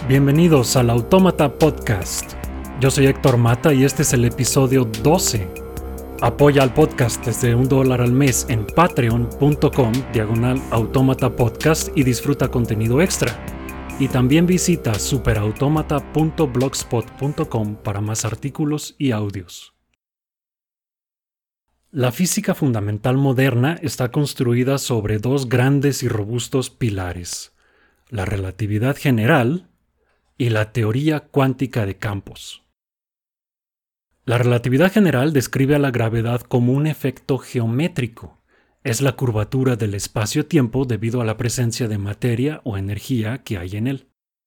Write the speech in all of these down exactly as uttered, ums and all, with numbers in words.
Bienvenidos al Autómata Podcast. Yo soy Héctor Mata y este es el episodio doce. Apoya al podcast desde un dólar al mes en patreon.com diagonal autómata podcast y disfruta contenido extra. Y también visita superautomata punto blogspot punto com para más artículos y audios. La física fundamental moderna está construida sobre dos grandes y robustos pilares: la relatividad general y la teoría cuántica de campos. La relatividad general describe a la gravedad como un efecto geométrico. Es la curvatura del espacio-tiempo debido a la presencia de materia o energía que hay en él.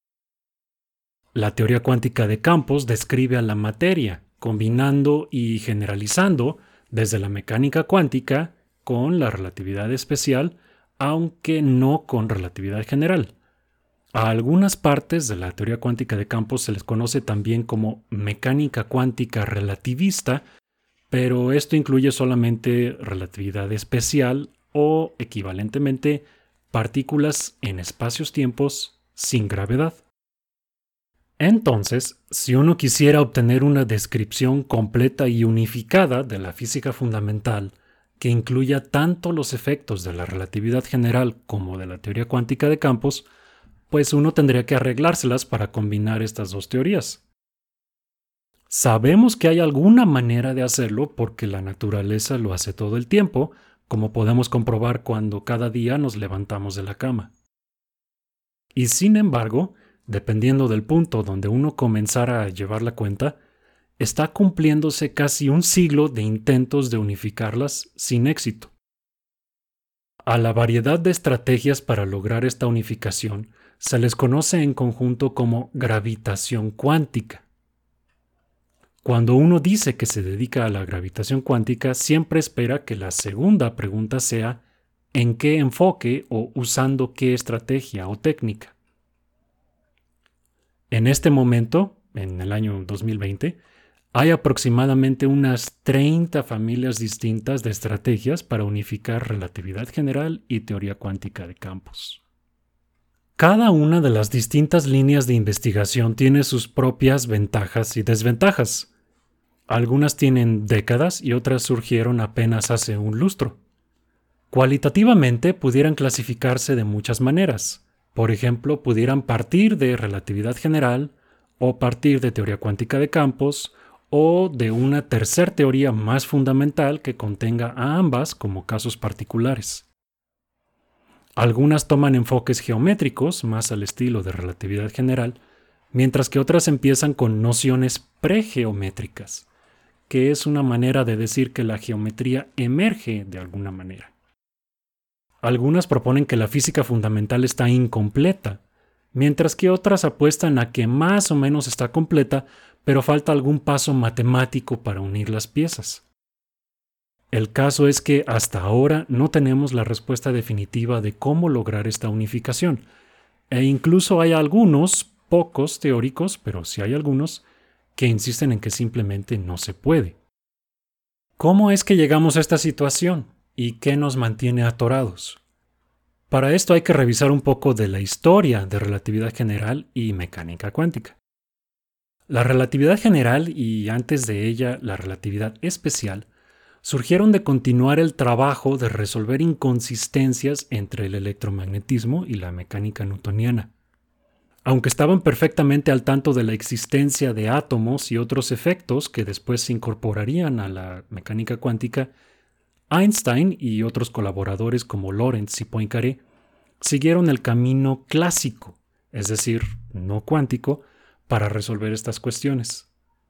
La teoría cuántica de campos describe a la materia, combinando y generalizando desde la mecánica cuántica con la relatividad especial, aunque no con relatividad general. A algunas partes de la teoría cuántica de campos se les conoce también como mecánica cuántica relativista, pero esto incluye solamente relatividad especial o, equivalentemente, partículas en espacios-tiempos sin gravedad. Entonces, si uno quisiera obtener una descripción completa y unificada de la física fundamental que incluya tanto los efectos de la relatividad general como de la teoría cuántica de campos, pues uno tendría que arreglárselas para combinar estas dos teorías. Sabemos que hay alguna manera de hacerlo porque la naturaleza lo hace todo el tiempo, como podemos comprobar cuando cada día nos levantamos de la cama. Y sin embargo, dependiendo del punto donde uno comenzara a llevar la cuenta, está cumpliéndose casi un siglo de intentos de unificarlas sin éxito. A la variedad de estrategias para lograr esta unificación se les conoce en conjunto como gravitación cuántica. Cuando uno dice que se dedica a la gravitación cuántica, siempre espera que la segunda pregunta sea ¿en qué enfoque o usando qué estrategia o técnica? En este momento, en el año dos mil veinte, hay aproximadamente unas treinta familias distintas de estrategias para unificar relatividad general y teoría cuántica de campos. Cada una de las distintas líneas de investigación tiene sus propias ventajas y desventajas. Algunas tienen décadas y otras surgieron apenas hace un lustro. Cualitativamente pudieran clasificarse de muchas maneras. Por ejemplo, pudieran partir de relatividad general o partir de teoría cuántica de campos o de una tercera teoría más fundamental que contenga a ambas como casos particulares. Algunas toman enfoques geométricos, más al estilo de relatividad general, mientras que otras empiezan con nociones pregeométricas, que es una manera de decir que la geometría emerge de alguna manera. Algunas proponen que la física fundamental está incompleta, mientras que otras apuestan a que más o menos está completa, pero falta algún paso matemático para unir las piezas. El caso es que hasta ahora no tenemos la respuesta definitiva de cómo lograr esta unificación, e incluso hay algunos, pocos teóricos, pero sí hay algunos, que insisten en que simplemente no se puede. ¿Cómo es que llegamos a esta situación y qué nos mantiene atorados? Para esto hay que revisar un poco de la historia de relatividad general y mecánica cuántica. La relatividad general y antes de ella la relatividad especial surgieron de continuar el trabajo de resolver inconsistencias entre el electromagnetismo y la mecánica newtoniana. Aunque estaban perfectamente al tanto de la existencia de átomos y otros efectos que después se incorporarían a la mecánica cuántica, Einstein y otros colaboradores como Lorentz y Poincaré siguieron el camino clásico, es decir, no cuántico, para resolver estas cuestiones.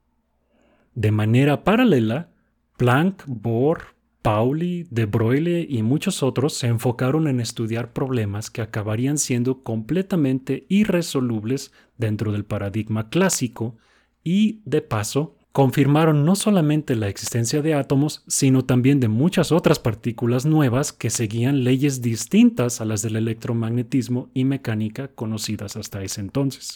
De manera paralela, Planck, Bohr, Pauli, de Broglie y muchos otros se enfocaron en estudiar problemas que acabarían siendo completamente irresolubles dentro del paradigma clásico y, de paso, confirmaron no solamente la existencia de átomos, sino también de muchas otras partículas nuevas que seguían leyes distintas a las del electromagnetismo y mecánica conocidas hasta ese entonces.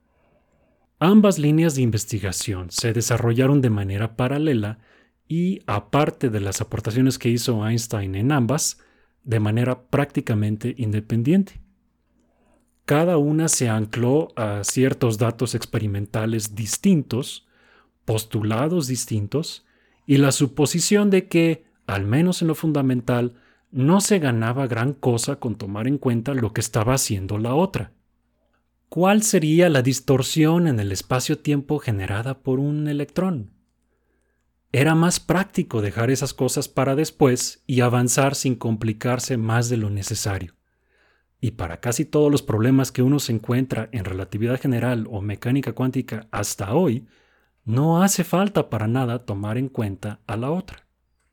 Ambas líneas de investigación se desarrollaron de manera paralela y, aparte de las aportaciones que hizo Einstein en ambas, de manera prácticamente independiente. Cada una se ancló a ciertos datos experimentales distintos, postulados distintos, y la suposición de que, al menos en lo fundamental, no se ganaba gran cosa con tomar en cuenta lo que estaba haciendo la otra. ¿Cuál sería la distorsión en el espacio-tiempo generada por un electrón? Era más práctico dejar esas cosas para después y avanzar sin complicarse más de lo necesario. Y para casi todos los problemas que uno se encuentra en relatividad general o mecánica cuántica hasta hoy, no hace falta para nada tomar en cuenta a la otra.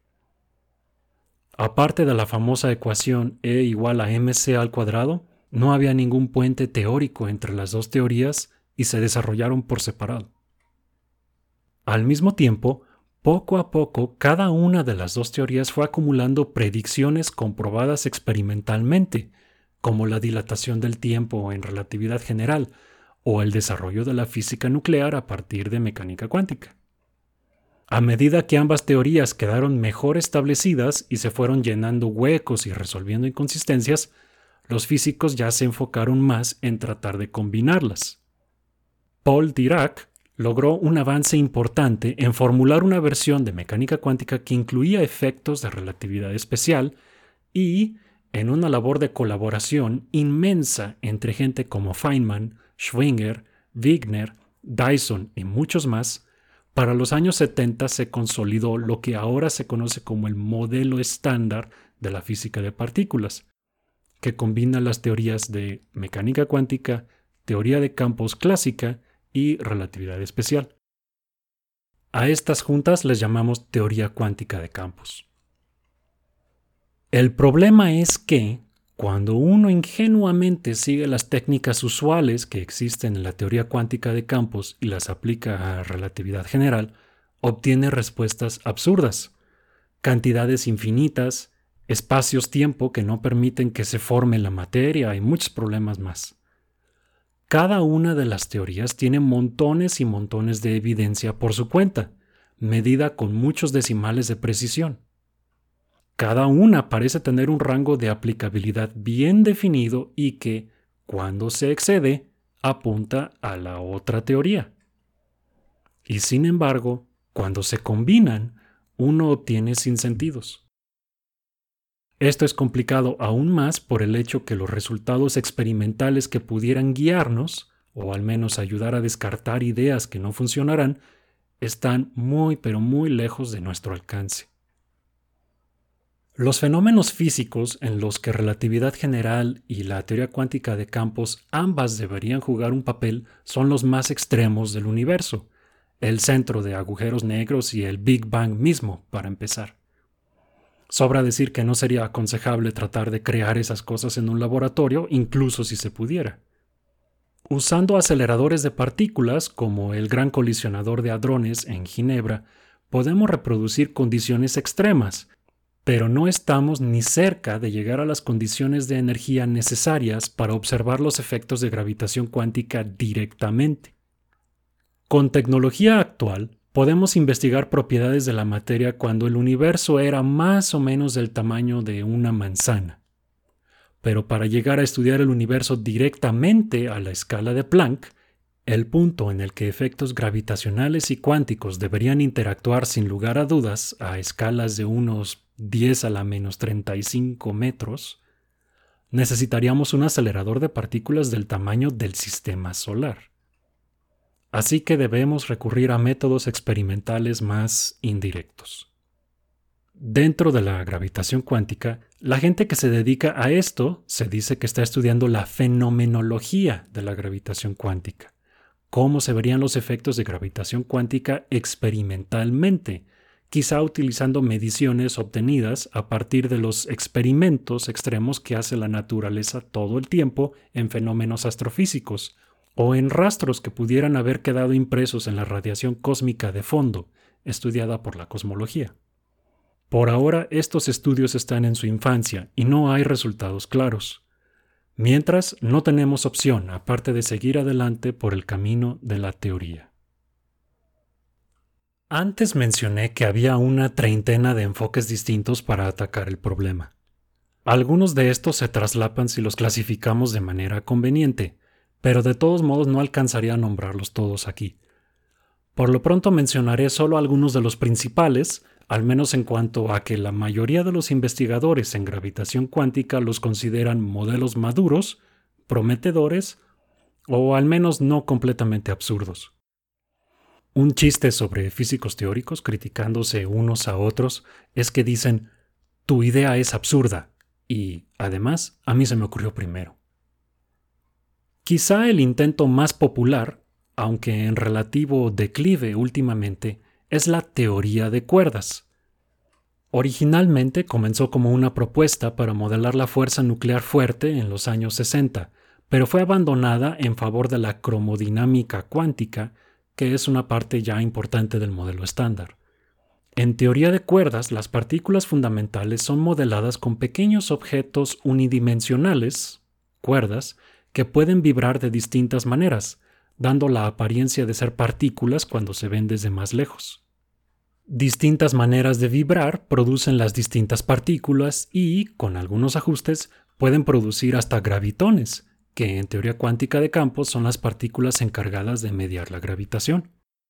Aparte de la famosa ecuación E igual a mc al cuadrado, no había ningún puente teórico entre las dos teorías y se desarrollaron por separado. Al mismo tiempo, poco a poco, cada una de las dos teorías fue acumulando predicciones comprobadas experimentalmente, como la dilatación del tiempo en relatividad general o el desarrollo de la física nuclear a partir de mecánica cuántica. A medida que ambas teorías quedaron mejor establecidas y se fueron llenando huecos y resolviendo inconsistencias, los físicos ya se enfocaron más en tratar de combinarlas. Paul Dirac logró un avance importante en formular una versión de mecánica cuántica que incluía efectos de relatividad especial y, en una labor de colaboración inmensa entre gente como Feynman, Schwinger, Wigner, Dyson y muchos más, para los años setenta se consolidó lo que ahora se conoce como el modelo estándar de la física de partículas, que combina las teorías de mecánica cuántica, teoría de campos clásica y relatividad especial. A estas juntas les llamamos teoría cuántica de campos. El problema es que, cuando uno ingenuamente sigue las técnicas usuales que existen en la teoría cuántica de campos y las aplica a relatividad general, obtiene respuestas absurdas, cantidades infinitas, espacios-tiempo que no permiten que se forme la materia y muchos problemas más. Cada una de las teorías tiene montones y montones de evidencia por su cuenta, medida con muchos decimales de precisión. Cada una parece tener un rango de aplicabilidad bien definido y que, cuando se excede, apunta a la otra teoría. Y sin embargo, cuando se combinan, uno obtiene sinsentidos. Esto es complicado aún más por el hecho que los resultados experimentales que pudieran guiarnos, o al menos ayudar a descartar ideas que no funcionarán, están muy pero muy lejos de nuestro alcance. Los fenómenos físicos en los que relatividad general y la teoría cuántica de campos ambas deberían jugar un papel son los más extremos del universo, el centro de agujeros negros y el Big Bang mismo, para empezar. Sobra decir que no sería aconsejable tratar de crear esas cosas en un laboratorio, incluso si se pudiera. Usando aceleradores de partículas, como el Gran Colisionador de Hadrones en Ginebra, podemos reproducir condiciones extremas, pero no estamos ni cerca de llegar a las condiciones de energía necesarias para observar los efectos de gravitación cuántica directamente. Con tecnología actual, podemos investigar propiedades de la materia cuando el universo era más o menos del tamaño de una manzana. Pero para llegar a estudiar el universo directamente a la escala de Planck, el punto en el que efectos gravitacionales y cuánticos deberían interactuar sin lugar a dudas a escalas de unos diez a la menos treinta y cinco metros, necesitaríamos un acelerador de partículas del tamaño del sistema solar. Así que debemos recurrir a métodos experimentales más indirectos. Dentro de la gravitación cuántica, la gente que se dedica a esto se dice que está estudiando la fenomenología de la gravitación cuántica, cómo se verían los efectos de gravitación cuántica experimentalmente, quizá utilizando mediciones obtenidas a partir de los experimentos extremos que hace la naturaleza todo el tiempo en fenómenos astrofísicos, o en rastros que pudieran haber quedado impresos en la radiación cósmica de fondo, estudiada por la cosmología. Por ahora, estos estudios están en su infancia y no hay resultados claros. Mientras, no tenemos opción aparte de seguir adelante por el camino de la teoría. Antes mencioné que había una treintena de enfoques distintos para atacar el problema. Algunos de estos se traslapan si los clasificamos de manera conveniente, pero de todos modos no alcanzaría a nombrarlos todos aquí. Por lo pronto mencionaré solo algunos de los principales, al menos en cuanto a que la mayoría de los investigadores en gravitación cuántica los consideran modelos maduros, prometedores o al menos no completamente absurdos. Un chiste sobre físicos teóricos criticándose unos a otros es que dicen, tu idea es absurda, y, además, a mí se me ocurrió primero. Quizá el intento más popular, aunque en relativo declive últimamente, es la teoría de cuerdas. Originalmente comenzó como una propuesta para modelar la fuerza nuclear fuerte en los años sesenta, pero fue abandonada en favor de la cromodinámica cuántica, que es una parte ya importante del modelo estándar. En teoría de cuerdas, las partículas fundamentales son modeladas con pequeños objetos unidimensionales, cuerdas, que pueden vibrar de distintas maneras, dando la apariencia de ser partículas cuando se ven desde más lejos. Distintas maneras de vibrar producen las distintas partículas y, con algunos ajustes, pueden producir hasta gravitones, que en teoría cuántica de campos son las partículas encargadas de mediar la gravitación.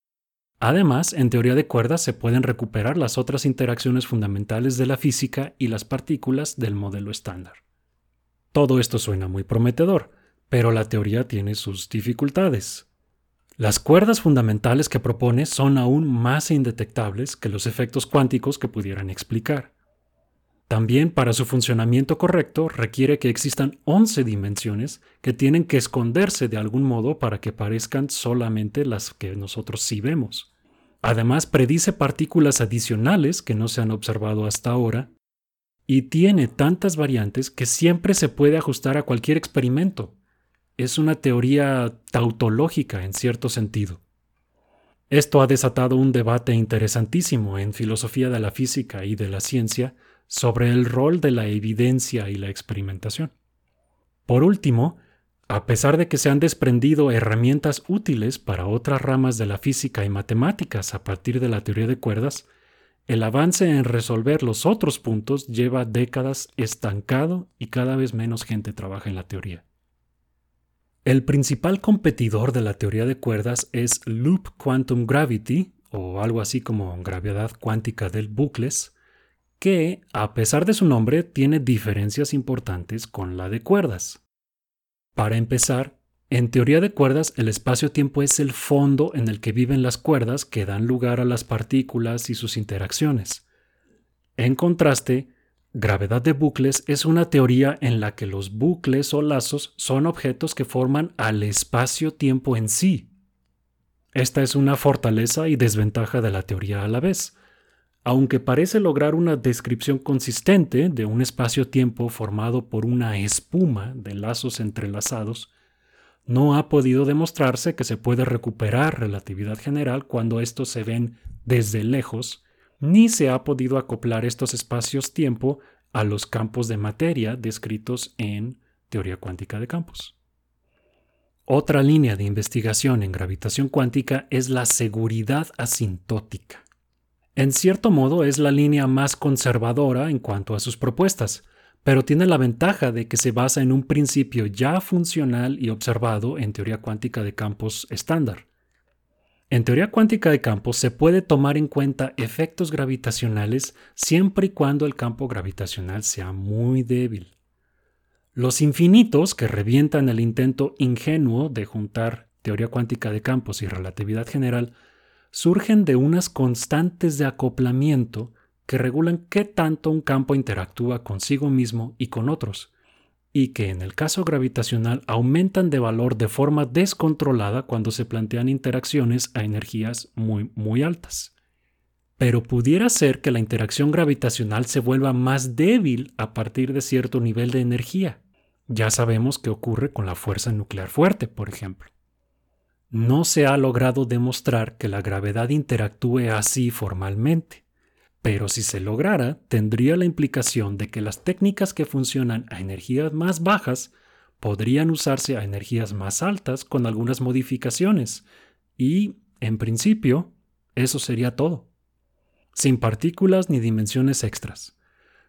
Además, en teoría de cuerdas se pueden recuperar las otras interacciones fundamentales de la física y las partículas del modelo estándar. Todo esto suena muy prometedor, pero la teoría tiene sus dificultades. Las cuerdas fundamentales que propone son aún más indetectables que los efectos cuánticos que pudieran explicar. También, para su funcionamiento correcto, requiere que existan once dimensiones que tienen que esconderse de algún modo para que parezcan solamente las que nosotros sí vemos. Además, predice partículas adicionales que no se han observado hasta ahora y tiene tantas variantes que siempre se puede ajustar a cualquier experimento. Es una teoría tautológica en cierto sentido. Esto ha desatado un debate interesantísimo en filosofía de la física y de la ciencia sobre el rol de la evidencia y la experimentación. Por último, a pesar de que se han desprendido herramientas útiles para otras ramas de la física y matemáticas a partir de la teoría de cuerdas, el avance en resolver los otros puntos lleva décadas estancado y cada vez menos gente trabaja en la teoría. El principal competidor de la teoría de cuerdas es Loop Quantum Gravity, o algo así como gravedad cuántica del bucles, que, a pesar de su nombre, tiene diferencias importantes con la de cuerdas. Para empezar, en teoría de cuerdas, el espacio-tiempo es el fondo en el que viven las cuerdas que dan lugar a las partículas y sus interacciones. En contraste, gravedad de bucles es una teoría en la que los bucles o lazos son objetos que forman al espacio-tiempo en sí. Esta es una fortaleza y desventaja de la teoría a la vez. Aunque parece lograr una descripción consistente de un espacio-tiempo formado por una espuma de lazos entrelazados, no ha podido demostrarse que se puede recuperar relatividad general cuando estos se ven desde lejos, ni se ha podido acoplar estos espacios-tiempo a los campos de materia descritos en teoría cuántica de campos. Otra línea de investigación en gravitación cuántica es la seguridad asintótica. En cierto modo es la línea más conservadora en cuanto a sus propuestas, pero tiene la ventaja de que se basa en un principio ya funcional y observado en teoría cuántica de campos estándar. En teoría cuántica de campos se puede tomar en cuenta efectos gravitacionales siempre y cuando el campo gravitacional sea muy débil. Los infinitos que revientan el intento ingenuo de juntar teoría cuántica de campos y relatividad general surgen de unas constantes de acoplamiento que regulan qué tanto un campo interactúa consigo mismo y con otros, y que en el caso gravitacional aumentan de valor de forma descontrolada cuando se plantean interacciones a energías muy, muy altas. Pero pudiera ser que la interacción gravitacional se vuelva más débil a partir de cierto nivel de energía. Ya sabemos qué ocurre con la fuerza nuclear fuerte, por ejemplo. No se ha logrado demostrar que la gravedad interactúe así formalmente, pero si se lograra, tendría la implicación de que las técnicas que funcionan a energías más bajas podrían usarse a energías más altas con algunas modificaciones, y, en principio, eso sería todo, sin partículas ni dimensiones extras.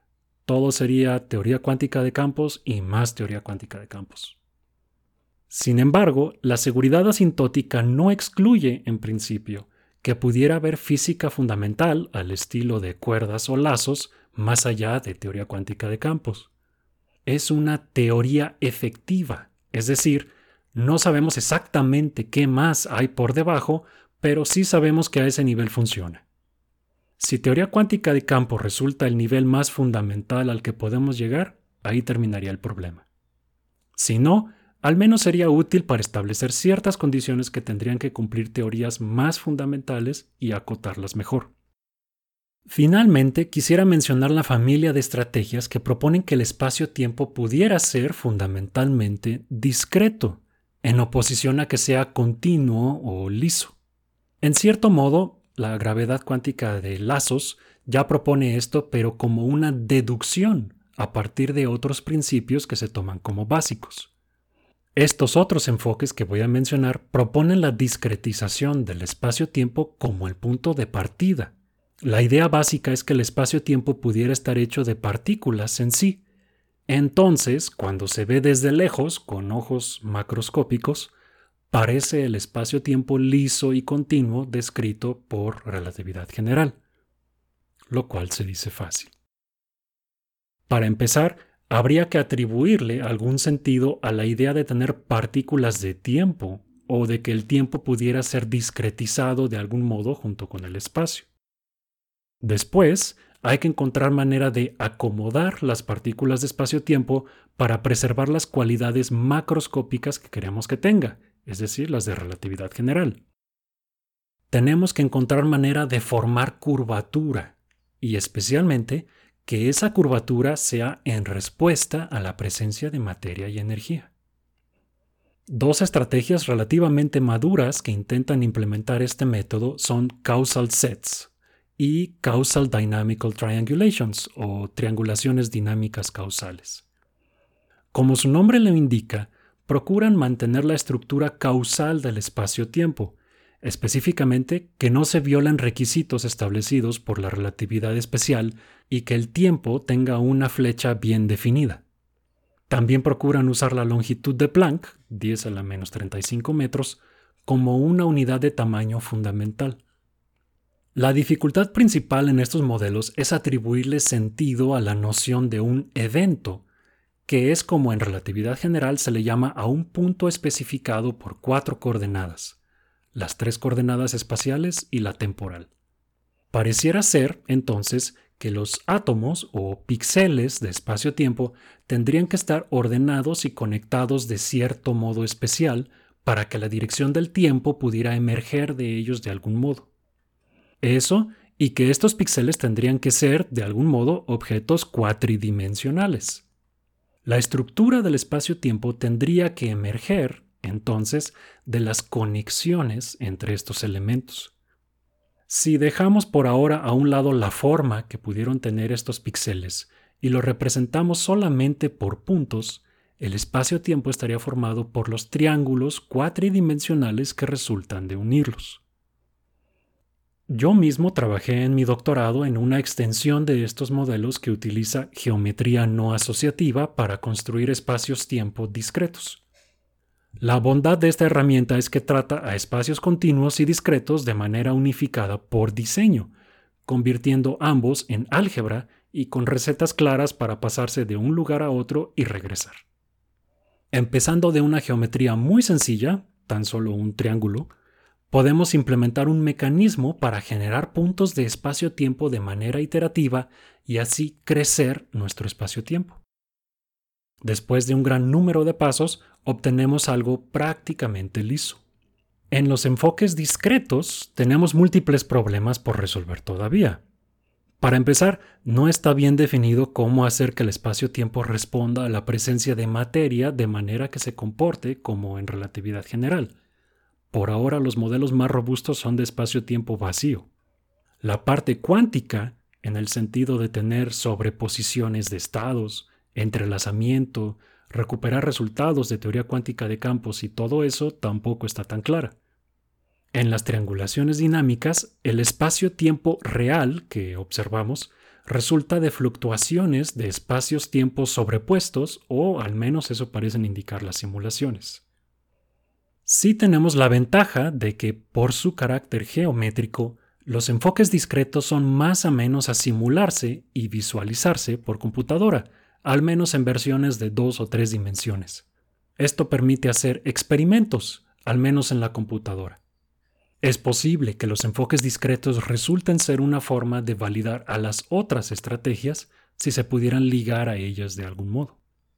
Todo sería teoría cuántica de campos y más teoría cuántica de campos. Sin embargo, la seguridad asintótica no excluye, en principio, que pudiera haber física fundamental al estilo de cuerdas o lazos más allá de teoría cuántica de campos. Es una teoría efectiva, es decir, no sabemos exactamente qué más hay por debajo, pero sí sabemos que a ese nivel funciona. Si teoría cuántica de campos resulta el nivel más fundamental al que podemos llegar, ahí terminaría el problema. Si no, al menos sería útil para establecer ciertas condiciones que tendrían que cumplir teorías más fundamentales y acotarlas mejor. Finalmente, quisiera mencionar la familia de estrategias que proponen que el espacio-tiempo pudiera ser fundamentalmente discreto, en oposición a que sea continuo o liso. En cierto modo, la gravedad cuántica de lazos ya propone esto, pero como una deducción a partir de otros principios que se toman como básicos. Estos otros enfoques que voy a mencionar proponen la discretización del espacio-tiempo como el punto de partida. La idea básica es que el espacio-tiempo pudiera estar hecho de partículas en sí. Entonces, cuando se ve desde lejos, con ojos macroscópicos, parece el espacio-tiempo liso y continuo descrito por relatividad general, lo cual se dice fácil. Para empezar, habría que atribuirle algún sentido a la idea de tener partículas de tiempo o de que el tiempo pudiera ser discretizado de algún modo junto con el espacio. Después, hay que encontrar manera de acomodar las partículas de espacio-tiempo para preservar las cualidades macroscópicas que queremos que tenga, es decir, las de relatividad general. Tenemos que encontrar manera de formar curvatura, y especialmente que esa curvatura sea en respuesta a la presencia de materia y energía. Dos estrategias relativamente maduras que intentan implementar este método son causal sets y causal dynamical triangulations o triangulaciones dinámicas causales. Como su nombre lo indica, procuran mantener la estructura causal del espacio-tiempo, específicamente que no se violen requisitos establecidos por la relatividad especial y que el tiempo tenga una flecha bien definida. También procuran usar la longitud de Planck, diez a la menos treinta y cinco metros, como una unidad de tamaño fundamental. La dificultad principal en estos modelos es atribuirle sentido a la noción de un evento, que es como en relatividad general se le llama a un punto especificado por cuatro coordenadas, las tres coordenadas espaciales y la temporal. Pareciera ser, entonces, que los átomos o píxeles de espacio-tiempo tendrían que estar ordenados y conectados de cierto modo especial para que la dirección del tiempo pudiera emerger de ellos de algún modo. Eso, y que estos píxeles tendrían que ser, de algún modo, objetos cuatridimensionales. La estructura del espacio-tiempo tendría que emerger, entonces, de las conexiones entre estos elementos. Si dejamos por ahora a un lado la forma que pudieron tener estos píxeles y lo representamos solamente por puntos, el espacio-tiempo estaría formado por los triángulos cuatridimensionales que resultan de unirlos. Yo mismo trabajé en mi doctorado en una extensión de estos modelos que utiliza geometría no asociativa para construir espacios-tiempo discretos. La bondad de esta herramienta es que trata a espacios continuos y discretos de manera unificada por diseño, convirtiendo ambos en álgebra y con recetas claras para pasarse de un lugar a otro y regresar. Empezando de una geometría muy sencilla, tan solo un triángulo, podemos implementar un mecanismo para generar puntos de espacio-tiempo de manera iterativa y así crecer nuestro espacio-tiempo. Después de un gran número de pasos, obtenemos algo prácticamente liso. En los enfoques discretos tenemos múltiples problemas por resolver todavía. Para empezar, no está bien definido cómo hacer que el espacio-tiempo responda a la presencia de materia de manera que se comporte como en relatividad general. Por ahora, los modelos más robustos son de espacio-tiempo vacío. La parte cuántica, en el sentido de tener sobreposiciones de estados, entrelazamiento, recuperar resultados de teoría cuántica de campos y todo eso, tampoco está tan clara. En las triangulaciones dinámicas, el espacio-tiempo real que observamos resulta de fluctuaciones de espacios-tiempos sobrepuestos, o al menos eso parecen indicar las simulaciones. Sí tenemos la ventaja de que, por su carácter geométrico, los enfoques discretos son más amenos a simularse y visualizarse por computadora, al menos en versiones de dos o tres dimensiones. Esto permite hacer experimentos, al menos en la computadora. Es posible que los enfoques discretos resulten ser una forma de validar a las otras estrategias si se pudieran ligar a ellas de algún modo.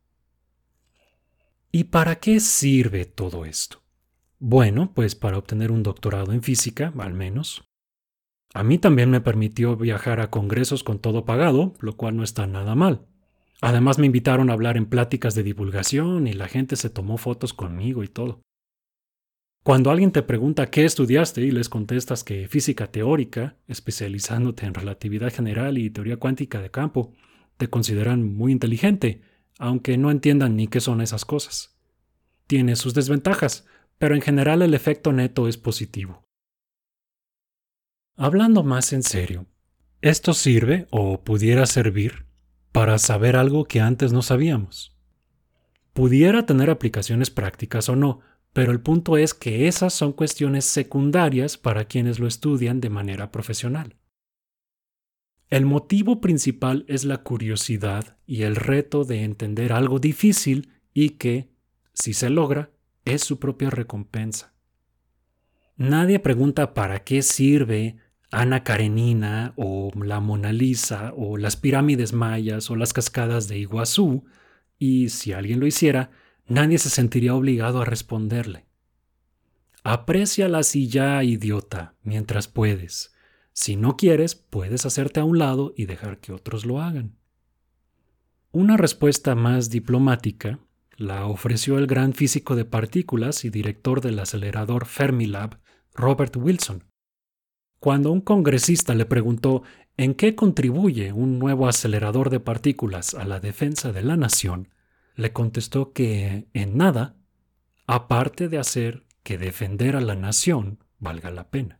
¿Y para qué sirve todo esto? Bueno, pues para obtener un doctorado en física, al menos. A mí también me permitió viajar a congresos con todo pagado, lo cual no está nada mal. Además me invitaron a hablar en pláticas de divulgación y la gente se tomó fotos conmigo y todo. Cuando alguien te pregunta qué estudiaste y les contestas que física teórica, especializándote en relatividad general y teoría cuántica de campo, te consideran muy inteligente, aunque no entiendan ni qué son esas cosas. Tiene sus desventajas, pero en general el efecto neto es positivo. Hablando más en serio, esto sirve o pudiera servir para saber algo que antes no sabíamos. Pudiera tener aplicaciones prácticas o no, pero el punto es que esas son cuestiones secundarias para quienes lo estudian de manera profesional. El motivo principal es la curiosidad y el reto de entender algo difícil y que, si se logra, es su propia recompensa. Nadie pregunta para qué sirve Ana Karenina o la Mona Lisa o las pirámides mayas o las cascadas de Iguazú, y si alguien lo hiciera, nadie se sentiría obligado a responderle. Aprécialas y ya, idiota, mientras puedes. Si no quieres, puedes hacerte a un lado y dejar que otros lo hagan. Una respuesta más diplomática la ofreció el gran físico de partículas y director del acelerador Fermilab, Robert Wilson. Cuando un congresista le preguntó en qué contribuye un nuevo acelerador de partículas a la defensa de la nación, le contestó que en nada, aparte de hacer que defender a la nación valga la pena.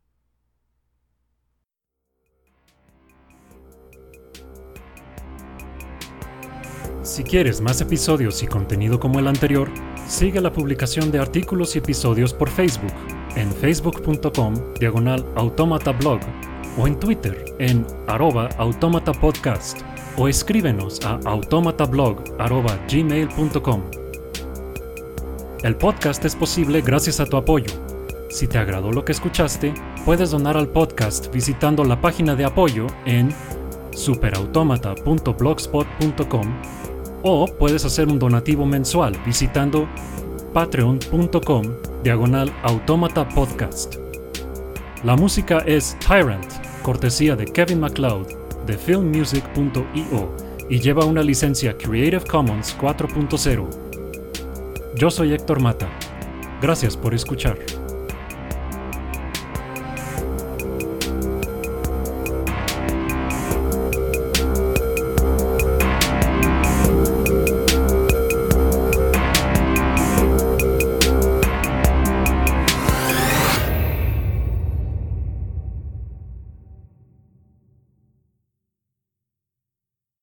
Si quieres más episodios y contenido como el anterior, sigue la publicación de artículos y episodios por Facebook, en facebook.com diagonal automatablog, o en Twitter, en arroba automatapodcast, o escríbenos a automatablog arroba gmail punto com. El podcast es posible gracias a tu apoyo. Si te agradó lo que escuchaste, puedes donar al podcast visitando la página de apoyo en superautomata punto blogspot punto com, o puedes hacer un donativo mensual visitando patreon.com diagonal automata podcast. La música es Tyrant, cortesía de Kevin MacLeod de filmmusic punto io y lleva una licencia Creative Commons cuatro punto cero. Yo soy Héctor Mata. Gracias por escuchar.